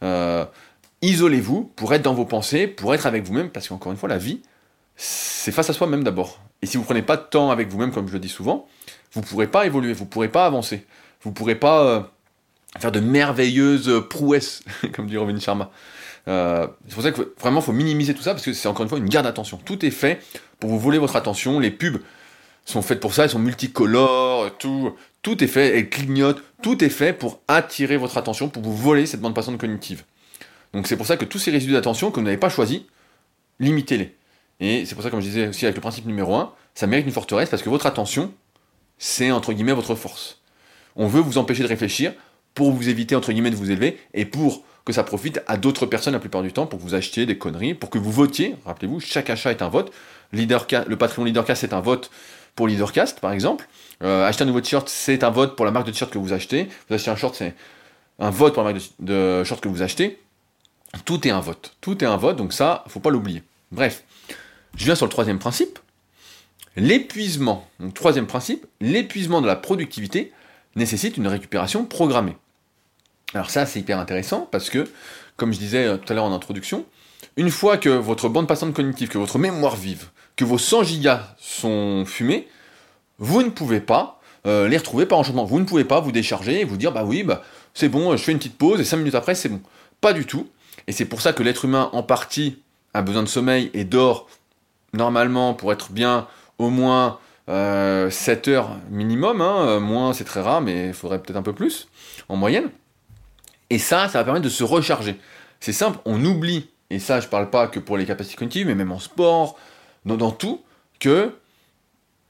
Isolez-vous pour être dans vos pensées, pour être avec vous-même, parce qu'encore une fois, la vie, c'est face à soi-même d'abord. Et si vous prenez pas de temps avec vous-même, comme je le dis souvent, vous ne pourrez pas évoluer, vous ne pourrez pas avancer, vous ne pourrez pas faire de merveilleuses prouesses, comme dit Robin Sharma. C'est pour ça que vraiment, il faut minimiser tout ça, parce que c'est encore une fois une guerre d'attention. Tout est fait pour vous voler votre attention, les pubs sont faites pour ça, elles sont multicolores, tout est fait, elles clignotent, tout est fait pour attirer votre attention, pour vous voler cette bande passante cognitive. Donc c'est pour ça que tous ces résidus d'attention que vous n'avez pas choisis, limitez-les. Et c'est pour ça, comme je disais aussi avec le principe numéro 1, ça mérite une forteresse, parce que votre attention, c'est entre guillemets votre force. On veut vous empêcher de réfléchir, pour vous éviter entre guillemets de vous élever, et pour que ça profite à d'autres personnes la plupart du temps, pour que vous achetiez des conneries, pour que vous votiez. Rappelez-vous, chaque achat est un vote. Le Patreon Leadercast, c'est un vote pour Leadercast, par exemple. Acheter un nouveau t-shirt, c'est un vote pour la marque de t-shirt que vous achetez. Vous achetez un short, c'est un vote pour la marque de short que vous achetez. Tout est un vote. Tout est un vote, donc ça, faut pas l'oublier. Bref, je viens sur le troisième principe. L'épuisement. Donc troisième principe, l'épuisement de la productivité nécessite une récupération programmée. Alors ça, c'est hyper intéressant parce que, comme je disais tout à l'heure en introduction, une fois que votre bande passante cognitive, que votre mémoire vive, que vos 100 gigas sont fumés, vous ne pouvez pas les retrouver par enchantement. Vous ne pouvez pas vous décharger et vous dire, bah oui, c'est bon, je fais une petite pause et 5 minutes après, c'est bon. Pas du tout. Et c'est pour ça que l'être humain, en partie, a besoin de sommeil et dort normalement pour être bien au moins 7 heures minimum. Moins, c'est très rare, mais il faudrait peut-être un peu plus, en moyenne. Et ça va permettre de se recharger. C'est simple, on oublie, et ça je parle pas que pour les capacités cognitives, mais même en sport, dans tout, que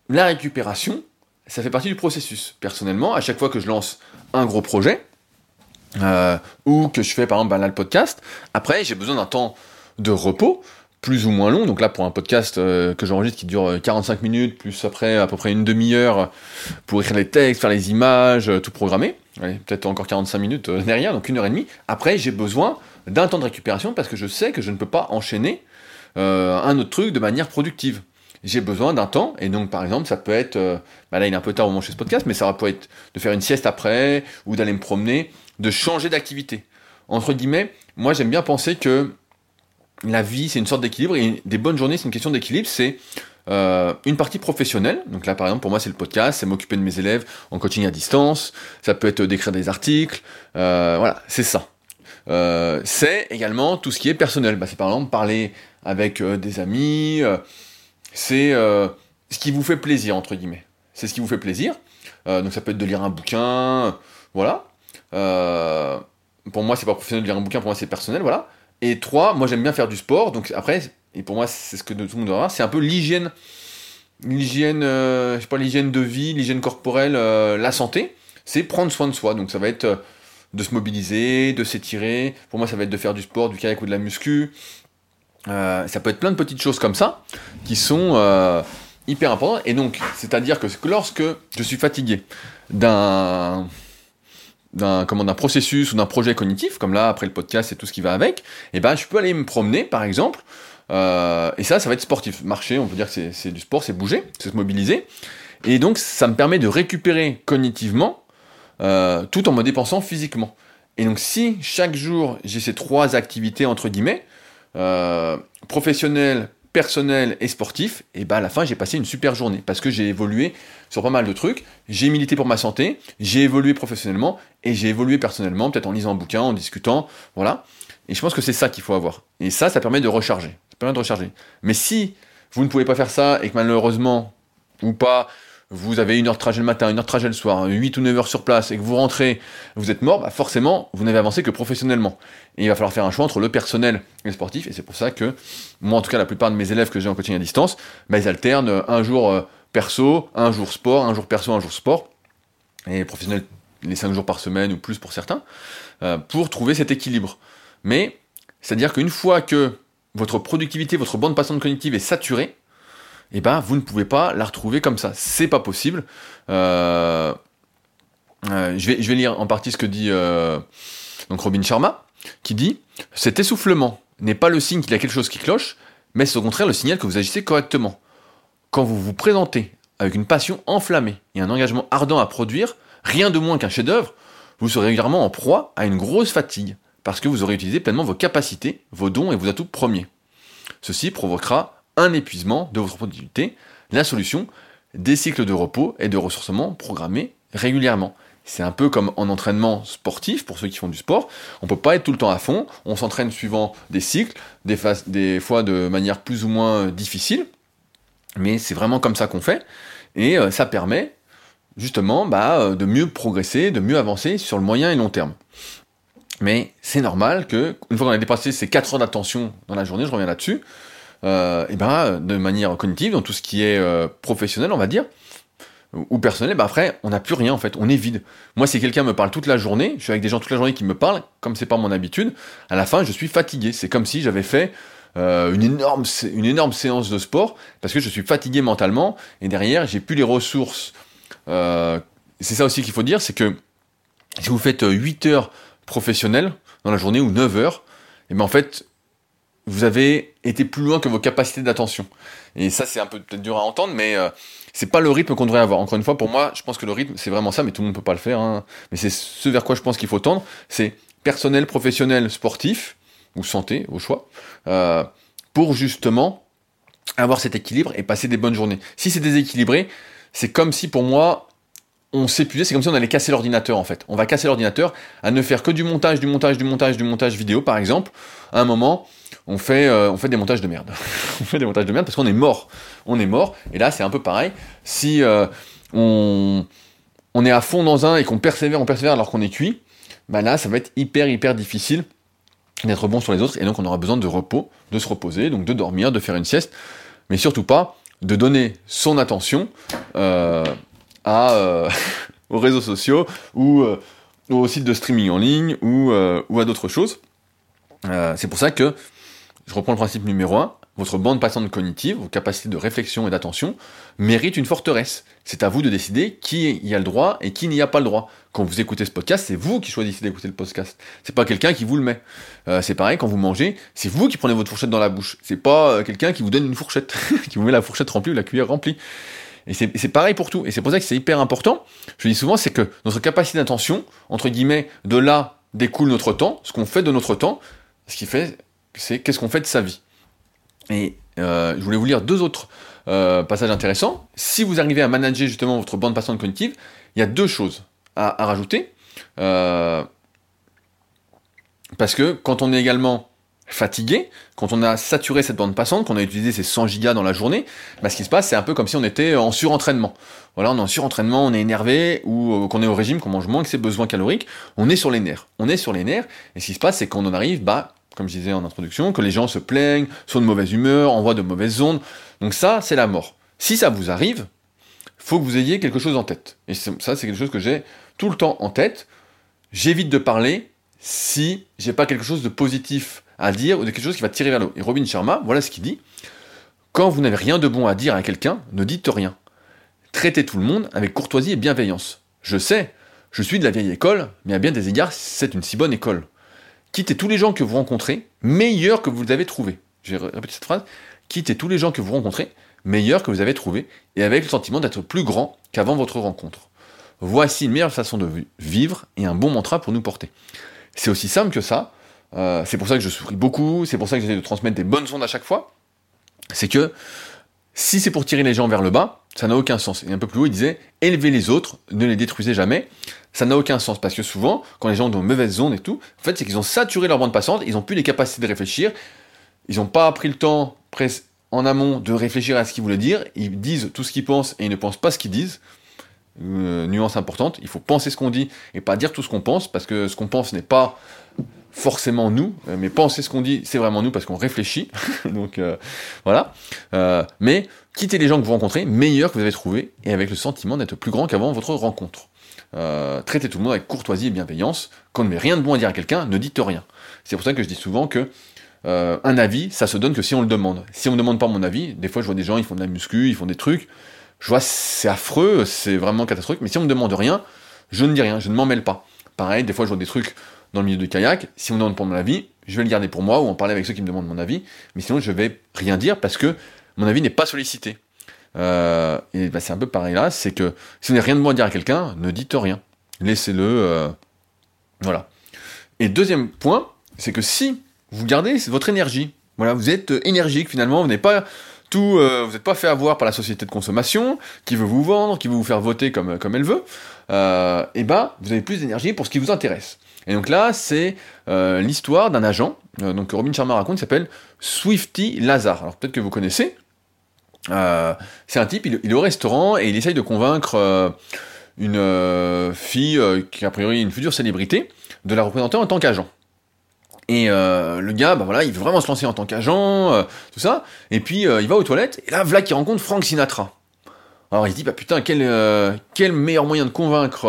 la récupération, ça fait partie du processus. Personnellement, à chaque fois que je lance un gros projet, ou que je fais par exemple là le podcast, après j'ai besoin d'un temps de repos, plus ou moins long. Donc là, pour un podcast que j'enregistre qui dure 45 minutes, plus après à peu près une demi-heure pour écrire les textes, faire les images, tout programmer. Allez, peut-être encore 45 minutes derrière, donc 1 heure et demie. Après, j'ai besoin d'un temps de récupération parce que je sais que je ne peux pas enchaîner un autre truc de manière productive. J'ai besoin d'un temps, et donc par exemple, ça peut être, là il est un peu tard au moment où je fais ce podcast, mais ça peut être de faire une sieste après, ou d'aller me promener, de changer d'activité. Entre guillemets, moi j'aime bien penser que la vie, c'est une sorte d'équilibre, et des bonnes journées, c'est une question d'équilibre, c'est une partie professionnelle. Donc là, par exemple, pour moi, c'est le podcast, c'est m'occuper de mes élèves en coaching à distance, ça peut être d'écrire des articles, voilà, c'est ça. C'est également tout ce qui est personnel. C'est par exemple parler avec des amis, c'est ce qui vous fait plaisir, entre guillemets. C'est ce qui vous fait plaisir. Donc ça peut être de lire un bouquin, voilà. Pour moi, c'est pas professionnel de lire un bouquin, pour moi, c'est personnel, voilà. Et 3, moi j'aime bien faire du sport, donc après, et pour moi c'est ce que tout le monde doit avoir, c'est un peu l'hygiène, je sais pas, l'hygiène de vie, l'hygiène corporelle, la santé, c'est prendre soin de soi, donc ça va être de se mobiliser, de s'étirer, pour moi ça va être de faire du sport, du kayak ou de la muscu, ça peut être plein de petites choses comme ça, qui sont hyper importantes, et donc, c'est-à-dire que lorsque je suis fatigué d'un processus ou d'un projet cognitif, comme là, après le podcast et tout ce qui va avec, et je peux aller me promener, par exemple, et ça va être sportif. Marcher, on peut dire que c'est du sport, c'est bouger, c'est se mobiliser, et donc ça me permet de récupérer cognitivement, tout en me dépensant physiquement. Et donc si chaque jour, j'ai ces 3 activités, entre guillemets, professionnelles, personnel et sportif, et à la fin j'ai passé une super journée, parce que j'ai évolué sur pas mal de trucs, j'ai milité pour ma santé, j'ai évolué professionnellement, et j'ai évolué personnellement, peut-être en lisant un bouquin, en discutant, voilà, et je pense que c'est ça qu'il faut avoir, et ça permet de recharger, mais si vous ne pouvez pas faire ça, et que malheureusement, ou pas, vous avez 1 heure de trajet le matin, 1 heure de trajet le soir, 8 ou 9 heures sur place, et que vous rentrez, vous êtes mort, forcément, vous n'avez avancé que professionnellement. Et il va falloir faire un choix entre le personnel et le sportif, et c'est pour ça que, moi en tout cas, la plupart de mes élèves que j'ai en coaching à distance, ils alternent un jour perso, un jour sport, un jour perso, un jour sport, et professionnel les 5 jours par semaine, ou plus pour certains, pour trouver cet équilibre. Mais, c'est-à-dire qu'une fois que votre productivité, votre bande passante cognitive est saturée, vous ne pouvez pas la retrouver comme ça. C'est pas possible. Je vais lire en partie ce que dit donc Robin Sharma, qui dit « Cet essoufflement n'est pas le signe qu'il y a quelque chose qui cloche, mais c'est au contraire le signal que vous agissez correctement. Quand vous vous présentez avec une passion enflammée et un engagement ardent à produire, rien de moins qu'un chef-d'œuvre, vous serez régulièrement en proie à une grosse fatigue, parce que vous aurez utilisé pleinement vos capacités, vos dons et vos atouts premiers. Ceci provoquera un épuisement de votre productivité. La solution, des cycles de repos et de ressourcement programmés régulièrement. C'est un peu comme en entraînement sportif, pour ceux qui font du sport. On peut pas être tout le temps à fond, on s'entraîne suivant des cycles, des fois de manière plus ou moins difficile, mais c'est vraiment comme ça qu'on fait, et ça permet justement de mieux progresser, de mieux avancer sur le moyen et long terme. Mais c'est normal que, une fois qu'on a dépassé ces 4 heures d'attention dans la journée, je reviens là-dessus, de manière cognitive, dans tout ce qui est professionnel, on va dire, ou personnel, après, on n'a plus rien, en fait, on est vide. Moi, si quelqu'un me parle toute la journée, je suis avec des gens toute la journée qui me parlent, comme c'est pas mon habitude, à la fin, je suis fatigué. C'est comme si j'avais fait une énorme séance de sport, parce que je suis fatigué mentalement, et derrière, j'ai plus les ressources. C'est ça aussi qu'il faut dire, c'est que si vous faites 8 heures professionnelles dans la journée, ou 9 heures, en fait, vous avez été plus loin que vos capacités d'attention. Et ça, c'est un peu peut-être dur à entendre, mais c'est pas le rythme qu'on devrait avoir. Encore une fois, pour moi, je pense que le rythme, c'est vraiment ça, mais tout le monde peut pas le faire, hein. Mais c'est ce vers quoi je pense qu'il faut tendre, c'est personnel, professionnel, sportif, ou santé, au choix, pour justement avoir cet équilibre et passer des bonnes journées. Si c'est déséquilibré, c'est comme si, pour moi, on s'épuisait, c'est comme si on allait casser l'ordinateur, en fait. On va casser l'ordinateur à ne faire que du montage vidéo, par exemple. À un moment, on fait des montages de merde. On fait des montages de merde parce qu'on est mort. Et là, c'est un peu pareil. Si on est à fond dans un et qu'on persévère alors qu'on est cuit, là, ça va être hyper difficile d'être bon sur les autres. Et donc, on aura besoin de repos, de se reposer, donc de dormir, de faire une sieste. Mais surtout pas de donner son attention aux réseaux sociaux ou aux sites de streaming en ligne ou à d'autres choses. C'est pour ça que je reprends le principe numéro 1. Votre bande passante cognitive, vos capacités de réflexion et d'attention, méritent une forteresse. C'est à vous de décider qui y a le droit et qui n'y a pas le droit. Quand vous écoutez ce podcast, c'est vous qui choisissez d'écouter le podcast. C'est pas quelqu'un qui vous le met. C'est pareil, quand vous mangez, c'est vous qui prenez votre fourchette dans la bouche. C'est pas quelqu'un qui vous donne une fourchette, qui vous met la fourchette remplie ou la cuillère remplie. Et c'est pareil pour tout. Et c'est pour ça que c'est hyper important. Je le dis souvent, c'est que notre capacité d'attention, entre guillemets, de là découle notre temps, ce qu'on fait de notre temps, ce qui fait, c'est qu'est-ce qu'on fait de sa vie. Et je voulais vous lire 2 autres passages intéressants. Si vous arrivez à manager justement votre bande passante cognitive, il y a 2 choses à rajouter. Parce que quand on est également fatigué, quand on a saturé cette bande passante, qu'on a utilisé ces 100 gigas dans la journée, ce qui se passe, c'est un peu comme si on était en surentraînement. Voilà, on est en surentraînement, on est énervé, ou qu'on est au régime, qu'on mange moins que ses besoins caloriques, on est sur les nerfs. Et ce qui se passe, c'est qu'on en arrive, comme je disais en introduction, que les gens se plaignent, sont de mauvaise humeur, envoient de mauvaises ondes. Donc ça, c'est la mort. Si ça vous arrive, faut que vous ayez quelque chose en tête. Et ça, c'est quelque chose que j'ai tout le temps en tête. J'évite de parler si j'ai pas quelque chose de positif à dire ou de quelque chose qui va tirer vers le haut. Et Robin Sharma, voilà ce qu'il dit. Quand vous n'avez rien de bon à dire à quelqu'un, ne dites rien. Traitez tout le monde avec courtoisie et bienveillance. Je sais, je suis de la vieille école, mais à bien des égards, c'est une si bonne école. Quittez tous les gens que vous rencontrez, meilleurs que vous les avez trouvés. Je vais répéter cette phrase. Quittez tous les gens que vous rencontrez, meilleurs que vous avez trouvés, et avec le sentiment d'être plus grand qu'avant votre rencontre. Voici une meilleure façon de vivre et un bon mantra pour nous porter. C'est aussi simple que ça. C'est pour ça que je souris beaucoup, c'est pour ça que j'essaie de transmettre des bonnes ondes à chaque fois. C'est que si c'est pour tirer les gens vers le bas, ça n'a aucun sens. Et un peu plus haut, il disait « élevez les autres, ne les détruisez jamais ». Ça n'a aucun sens, parce que souvent, quand les gens ont de mauvaises ondes et tout, en fait, c'est qu'ils ont saturé leur bande passante, ils n'ont plus les capacités de réfléchir, ils n'ont pas pris le temps, en amont, de réfléchir à ce qu'ils voulaient dire, ils disent tout ce qu'ils pensent et ils ne pensent pas ce qu'ils disent. Nuance importante, il faut penser ce qu'on dit et pas dire tout ce qu'on pense, parce que ce qu'on pense n'est pas forcément nous, mais penser ce qu'on dit, c'est vraiment nous, parce qu'on réfléchit. Donc voilà. Mais quittez les gens que vous rencontrez, meilleurs que vous avez trouvés, et avec le sentiment d'être plus grand qu'avant votre rencontre. Traitez tout le monde avec courtoisie et bienveillance. Quand on ne met rien de bon à dire à quelqu'un, ne dites rien. C'est pour ça que je dis souvent que un avis, ça se donne que si on le demande. Si on ne me demande pas mon avis, des fois je vois des gens, ils font de la muscu, ils font des trucs, je vois c'est affreux, c'est vraiment catastrophique, mais si on me demande rien, je ne dis rien, je ne m'en mêle pas. Pareil, des fois je vois des trucs dans le milieu du kayak, si on me demande pour mon avis, je vais le garder pour moi, ou en parler avec ceux qui me demandent mon avis, mais sinon je vais rien dire parce que mon avis n'est pas sollicité. Et c'est un peu pareil là, c'est que si vous n'avez rien de bon à dire à quelqu'un, ne dites rien. Laissez-le. Voilà. Et deuxième point, c'est que si vous gardez votre énergie, voilà, vous êtes énergique finalement, vous n'êtes pas vous n'êtes pas fait avoir par la société de consommation, qui veut vous vendre, qui veut vous faire voter comme elle veut, et vous avez plus d'énergie pour ce qui vous intéresse. Et donc là, c'est l'histoire d'un agent, donc Robin Sharma raconte, qui s'appelle Swifty Lazar. Alors peut-être que vous connaissez. C'est un type, il est au restaurant et il essaye de convaincre une fille qui a priori une future célébrité de la représenter en tant qu'agent. Et le gars, il veut vraiment se lancer en tant qu'agent, tout ça. Et puis il va aux toilettes et là, voilà qu'il rencontre Frank Sinatra. Alors il se dit putain, quel meilleur moyen de convaincre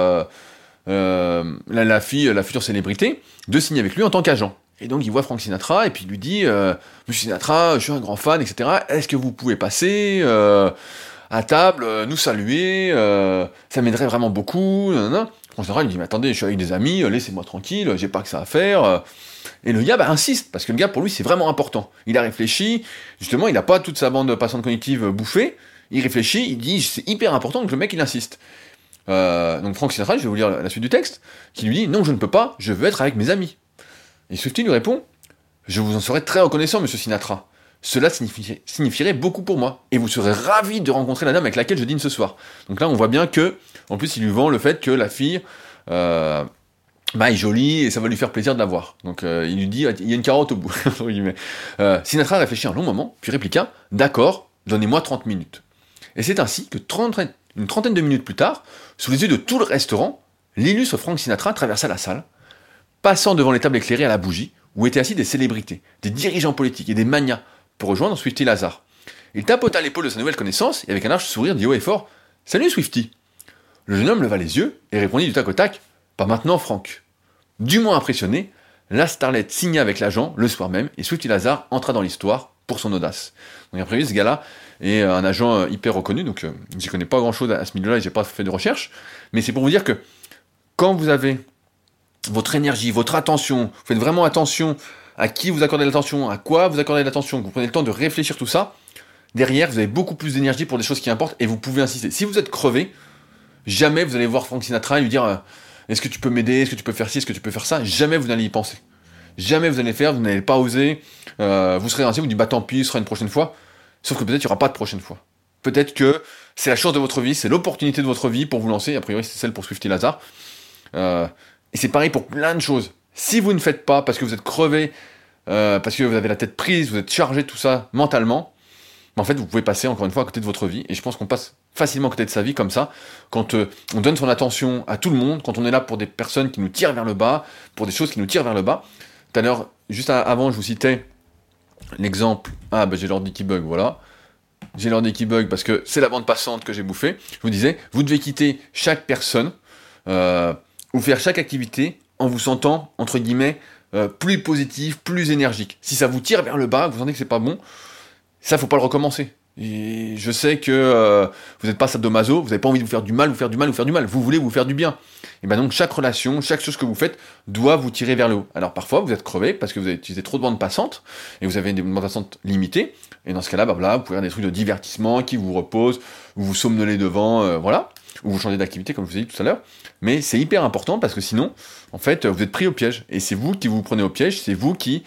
la future célébrité de signer avec lui en tant qu'agent. Et donc il voit Frank Sinatra et puis il lui dit Monsieur Sinatra, je suis un grand fan, etc. Est-ce que vous pouvez passer à table, nous saluer, ça m'aiderait vraiment beaucoup. Frank Sinatra lui dit mais attendez, je suis avec des amis, laissez-moi tranquille, j'ai pas que ça à faire. Et le gars insiste, parce que le gars pour lui c'est vraiment important. Il a réfléchi, justement il n'a pas toute sa bande passante cognitive bouffée, il réfléchit, il dit c'est hyper important, donc le mec il insiste. Donc Frank Sinatra, je vais vous lire la suite du texte, qui lui dit non je ne peux pas, je veux être avec mes amis. Et Swifty lui répond « Je vous en serais très reconnaissant, monsieur Sinatra. Cela signifierait beaucoup pour moi. Et vous serez ravi de rencontrer la dame avec laquelle je dîne ce soir. » Donc là, on voit bien que, en plus, il lui vend le fait que la fille est jolie et ça va lui faire plaisir de la voir. Donc il lui dit « Il y a une carotte au bout. » Sinatra réfléchit un long moment, puis répliqua « D'accord, donnez-moi 30 minutes. » Et c'est ainsi que une trentaine de minutes plus tard, sous les yeux de tout le restaurant, l'illustre Frank Sinatra traversa la salle, passant devant les tables éclairées à la bougie, où étaient assis des célébrités, des dirigeants politiques et des magnats, pour rejoindre Swifty Lazar. Il tapota l'épaule de sa nouvelle connaissance et avec un large sourire dit haut et fort « Salut Swifty !» Le jeune homme leva les yeux et répondit du tac au tac « Pas maintenant, Franck !» Dûment impressionné, la starlette signa avec l'agent le soir même et Swifty Lazar entra dans l'histoire pour son audace. Donc après ce gars-là est un agent hyper reconnu, donc j'y connais pas grand-chose à ce milieu-là et j'ai pas fait de recherche, mais c'est pour vous dire que quand vous avez votre énergie, votre attention, vous faites vraiment attention à qui vous accordez l'attention, à quoi vous accordez l'attention, que vous prenez le temps de réfléchir tout ça, derrière vous avez beaucoup plus d'énergie pour des choses qui importent et vous pouvez insister. Si vous êtes crevé, jamais vous allez voir Frank Sinatra et lui dire est-ce que tu peux m'aider, est-ce que tu peux faire ci, est-ce que tu peux faire ça, jamais vous n'allez y penser. Jamais vous allez le faire, vous n'allez pas oser, vous serez ainsi, vous dites bah tant pis, ce sera une prochaine fois, sauf que peut-être il n'y aura pas de prochaine fois. Peut-être que c'est la chance de votre vie, c'est l'opportunité de votre vie pour vous lancer, a priori c'est celle pour Swifty Lazar. Et c'est pareil pour plein de choses. Si vous ne faites pas parce que vous êtes crevé, parce que vous avez la tête prise, vous êtes chargé de tout ça mentalement, en fait vous pouvez passer encore une fois à côté de votre vie, et je pense qu'on passe facilement à côté de sa vie comme ça, quand on donne son attention à tout le monde, quand on est là pour des personnes qui nous tirent vers le bas, pour des choses qui nous tirent vers le bas. Tout à l'heure, juste avant, je vous citais l'exemple, j'ai l'ordi qui bug, voilà. J'ai l'ordi qui bug parce que c'est la bande passante que j'ai bouffée. Je vous disais, vous devez quitter chaque personne, ou faire chaque activité en vous sentant, entre guillemets, plus positif, plus énergique. Si ça vous tire vers le bas, que vous sentez que c'est pas bon, ça faut pas le recommencer. Et je sais que vous n'êtes pas sadomaso, vous n'avez pas envie de vous faire du mal, vous voulez vous faire du bien. Et ben donc chaque relation, chaque chose que vous faites doit vous tirer vers le haut. Alors parfois vous êtes crevé parce que vous avez utilisé trop de bandes passantes et vous avez des bandes passantes limitées, et dans ce cas-là, vous pouvez faire des trucs de divertissement qui vous reposent, ou vous somnolez devant, voilà, ou vous changez d'activité comme je vous ai dit tout à l'heure. Mais c'est hyper important parce que sinon, en fait, vous êtes pris au piège, et c'est vous qui vous prenez au piège, c'est vous qui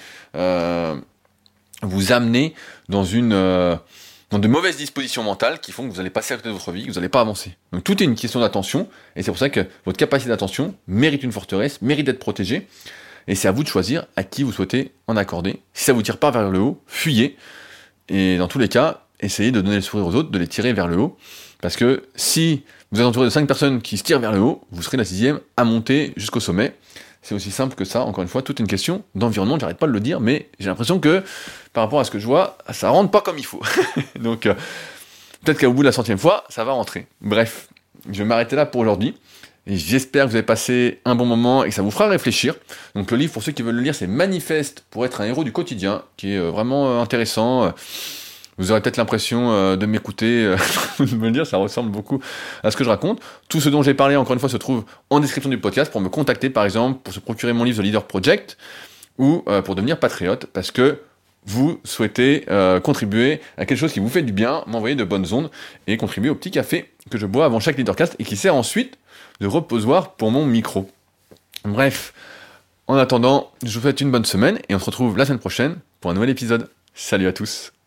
vous amenez dans de mauvaises dispositions mentales qui font que vous allez passer à côté de votre vie, que vous n'allez pas avancer. Donc tout est une question d'attention, et c'est pour ça que votre capacité d'attention mérite une forteresse, mérite d'être protégée, et c'est à vous de choisir à qui vous souhaitez en accorder. Si ça vous tire pas vers le haut, fuyez, et dans tous les cas, essayez de donner le sourire aux autres, de les tirer vers le haut, parce que si vous êtes entouré de 5 personnes qui se tirent vers le haut, vous serez la 6e à monter jusqu'au sommet. C'est aussi simple que ça, encore une fois, toute une question d'environnement, j'arrête pas de le dire, mais j'ai l'impression que, par rapport à ce que je vois, ça rentre pas comme il faut. Donc, peut-être qu'au bout de la 100e fois, ça va rentrer. Bref, je vais m'arrêter là pour aujourd'hui, et j'espère que vous avez passé un bon moment et que ça vous fera réfléchir. Donc le livre, pour ceux qui veulent le lire, c'est Manifeste pour être un héros du quotidien, qui est vraiment intéressant. Vous aurez peut-être l'impression de m'écouter, de me le dire, ça ressemble beaucoup à ce que je raconte. Tout ce dont j'ai parlé, encore une fois, se trouve en description du podcast pour me contacter, par exemple, pour se procurer mon livre The Leader Project, ou pour devenir patriote, parce que vous souhaitez contribuer à quelque chose qui vous fait du bien, m'envoyer de bonnes ondes, et contribuer au petit café que je bois avant chaque Leadercast, et qui sert ensuite de reposoir pour mon micro. Bref, en attendant, je vous souhaite une bonne semaine, et on se retrouve la semaine prochaine pour un nouvel épisode. Salut à tous.